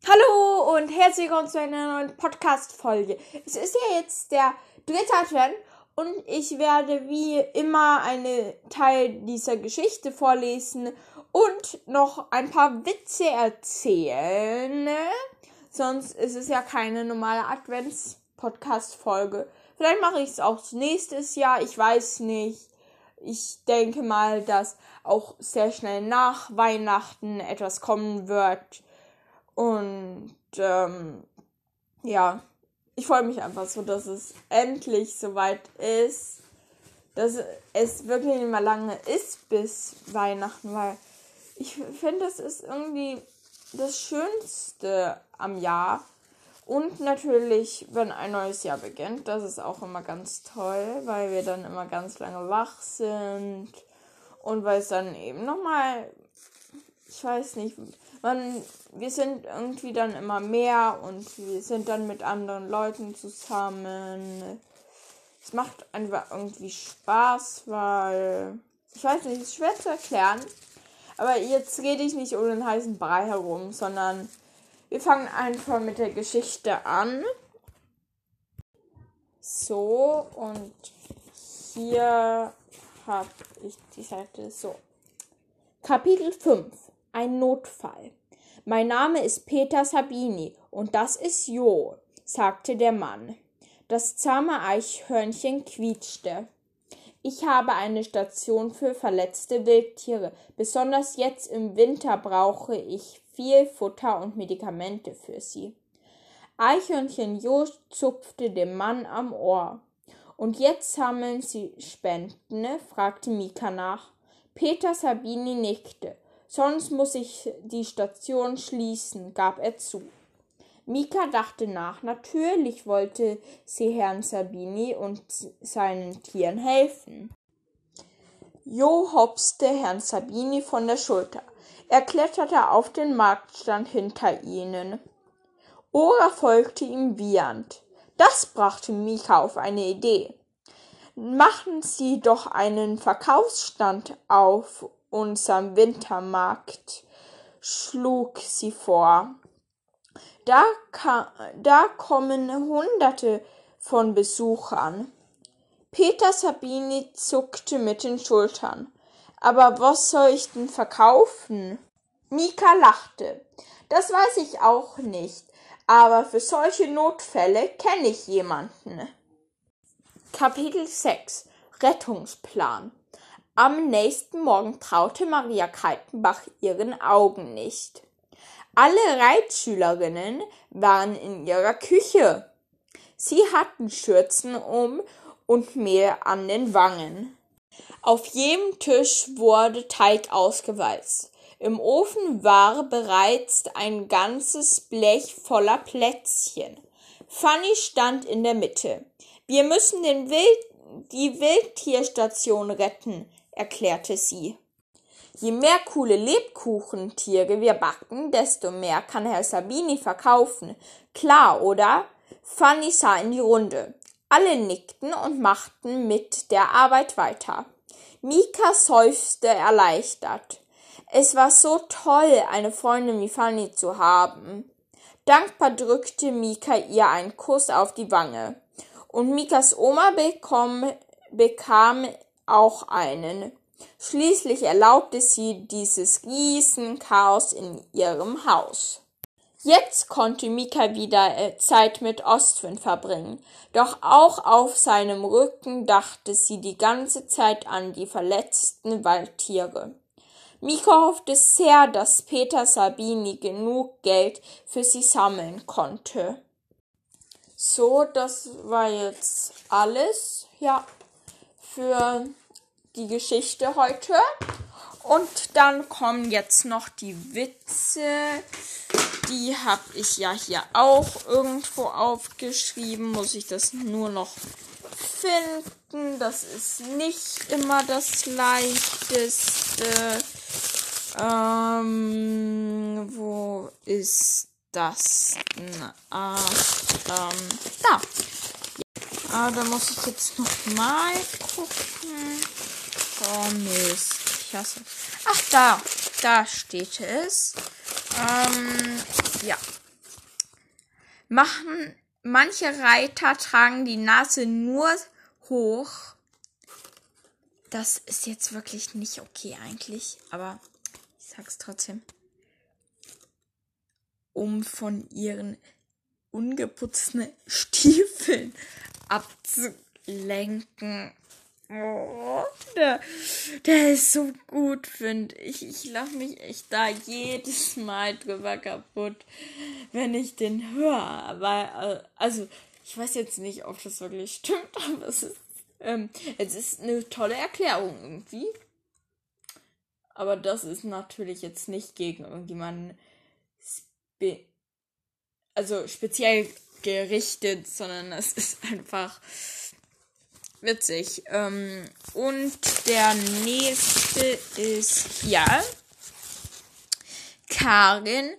Hallo und herzlich willkommen zu einer neuen Podcast-Folge. Es ist ja jetzt der 3. Advent und ich werde wie immer einen Teil dieser Geschichte vorlesen und noch ein paar Witze erzählen. Sonst ist es ja keine normale Advents-Podcast-Folge. Vielleicht mache ich es auch nächstes Jahr, ich weiß nicht. Ich denke mal, dass auch sehr schnell nach Weihnachten etwas kommen wird. Und ja, ich freue mich einfach so, dass es endlich soweit ist, dass es wirklich nicht mehr lange ist bis Weihnachten, weil ich finde, das ist irgendwie das Schönste am Jahr. Und natürlich, wenn ein neues Jahr beginnt, das ist auch immer ganz toll, weil wir dann immer ganz lange wach sind und weil es dann eben nochmal, ich weiß nicht, wir sind irgendwie dann immer mehr und wir sind dann mit anderen Leuten zusammen. Es macht einfach irgendwie Spaß, weil, ich weiß nicht, es ist schwer zu erklären, aber jetzt rede ich nicht um den heißen Brei herum, sondern wir fangen einfach mit der Geschichte an. So, und hier habe ich die Seite so. Kapitel 5. Ein Notfall. Mein Name ist Peter Sabini und das ist Jo, sagte der Mann. Das zahme Eichhörnchen quietschte. Ich habe eine Station für verletzte Wildtiere. Besonders jetzt im Winter brauche ich viel Futter und Medikamente für sie. Eichhörnchen Jo zupfte dem Mann am Ohr. Und jetzt sammeln Sie Spenden? Fragte Mika nach. Peter Sabini nickte. Sonst muss ich die Station schließen, gab er zu. Mika dachte nach. Natürlich wollte sie Herrn Sabini und seinen Tieren helfen. Jo hopste Herrn Sabini von der Schulter. Er kletterte auf den Marktstand hinter ihnen. Ora folgte ihm wiehernd. Das brachte Mika auf eine Idee. Machen Sie doch einen Verkaufsstand auf unserem Wintermarkt, schlug sie vor. Da kommen Hunderte von Besuchern. Peter Sabini zuckte mit den Schultern. Aber was soll ich denn verkaufen? Mika lachte. Das weiß ich auch nicht, aber für solche Notfälle kenne ich jemanden. Kapitel 6. Rettungsplan. Am nächsten Morgen traute Maria Kaltenbach ihren Augen nicht. Alle Reitschülerinnen waren in ihrer Küche. Sie hatten Schürzen um und Mehl an den Wangen. Auf jedem Tisch wurde Teig ausgewalzt. Im Ofen war bereits ein ganzes Blech voller Plätzchen. Fanny stand in der Mitte. Wir müssen die Wildtierstation retten, erklärte sie. Je mehr coole Lebkuchentiere wir backen, desto mehr kann Herr Sabini verkaufen. Klar, oder? Fanny sah in die Runde. Alle nickten und machten mit der Arbeit weiter. Mika seufzte erleichtert. Es war so toll, eine Freundin wie Fanny zu haben. Dankbar drückte Mika ihr einen Kuss auf die Wange. Und Mikas Oma bekam auch einen. Schließlich erlaubte sie dieses Riesenchaos in ihrem Haus. Jetzt konnte Mika wieder Zeit mit Ostwind verbringen, doch auch auf seinem Rücken dachte sie die ganze Zeit an die verletzten Waldtiere. Mika hoffte sehr, dass Peter Sabini genug Geld für sie sammeln konnte. So, das war jetzt alles, für die Geschichte heute. Und dann kommen jetzt noch die Witze. Die habe ich ja hier auch irgendwo aufgeschrieben. Muss ich das nur noch finden. Das ist nicht immer das Leichteste. Wo ist das? Da. Da muss ich jetzt noch mal gucken. Oh Mist, ich hasse. Ach, da steht es. Manche Reiter tragen die Nase nur hoch. Das ist jetzt wirklich nicht okay eigentlich, aber ich sag's trotzdem. Um von ihren ungeputzten Stiefeln abzulenken. Oh, der ist so gut, finde ich. Ich lache mich echt da jedes Mal drüber kaputt, wenn ich den höre. Weil, also, ich weiß jetzt nicht, ob das wirklich stimmt, aber es ist eine tolle Erklärung irgendwie. Aber das ist natürlich jetzt nicht gegen irgendjemanden speziell gerichtet, sondern es ist einfach witzig. Und der nächste ist hier Karin,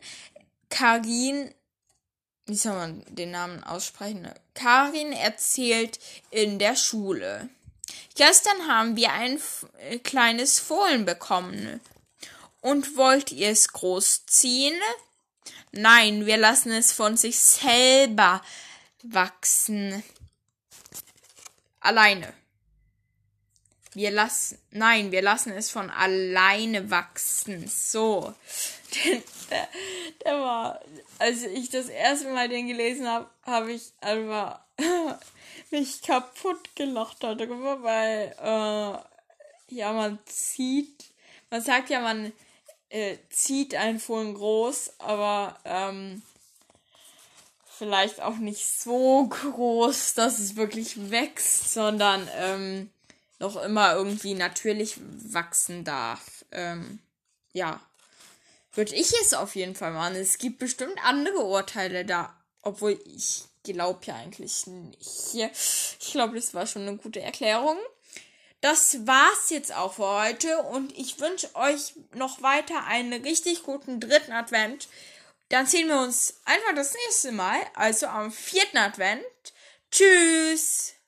wie soll man den Namen aussprechen? Karin erzählt in der Schule. Gestern haben wir ein kleines Fohlen bekommen. Und wollt ihr es großziehen? Nein, wir lassen es von sich selber wachsen. Alleine. Wir lassen es von alleine wachsen. So. Der war, als ich das erste Mal den gelesen habe, habe ich einfach mich kaputt gelacht darüber, weil man sagt ja, man zieht ein Fohlen groß, aber vielleicht auch nicht so groß, dass es wirklich wächst, sondern noch immer irgendwie natürlich wachsen darf. Würde ich es auf jeden Fall machen. Es gibt bestimmt andere Urteile da, obwohl ich glaube ja eigentlich nicht. Ich glaube, das war schon eine gute Erklärung. Das war's jetzt auch für heute und ich wünsche euch noch weiter einen richtig guten 3. Advent. Dann sehen wir uns einfach das nächste Mal, also am 4. Advent. Tschüss!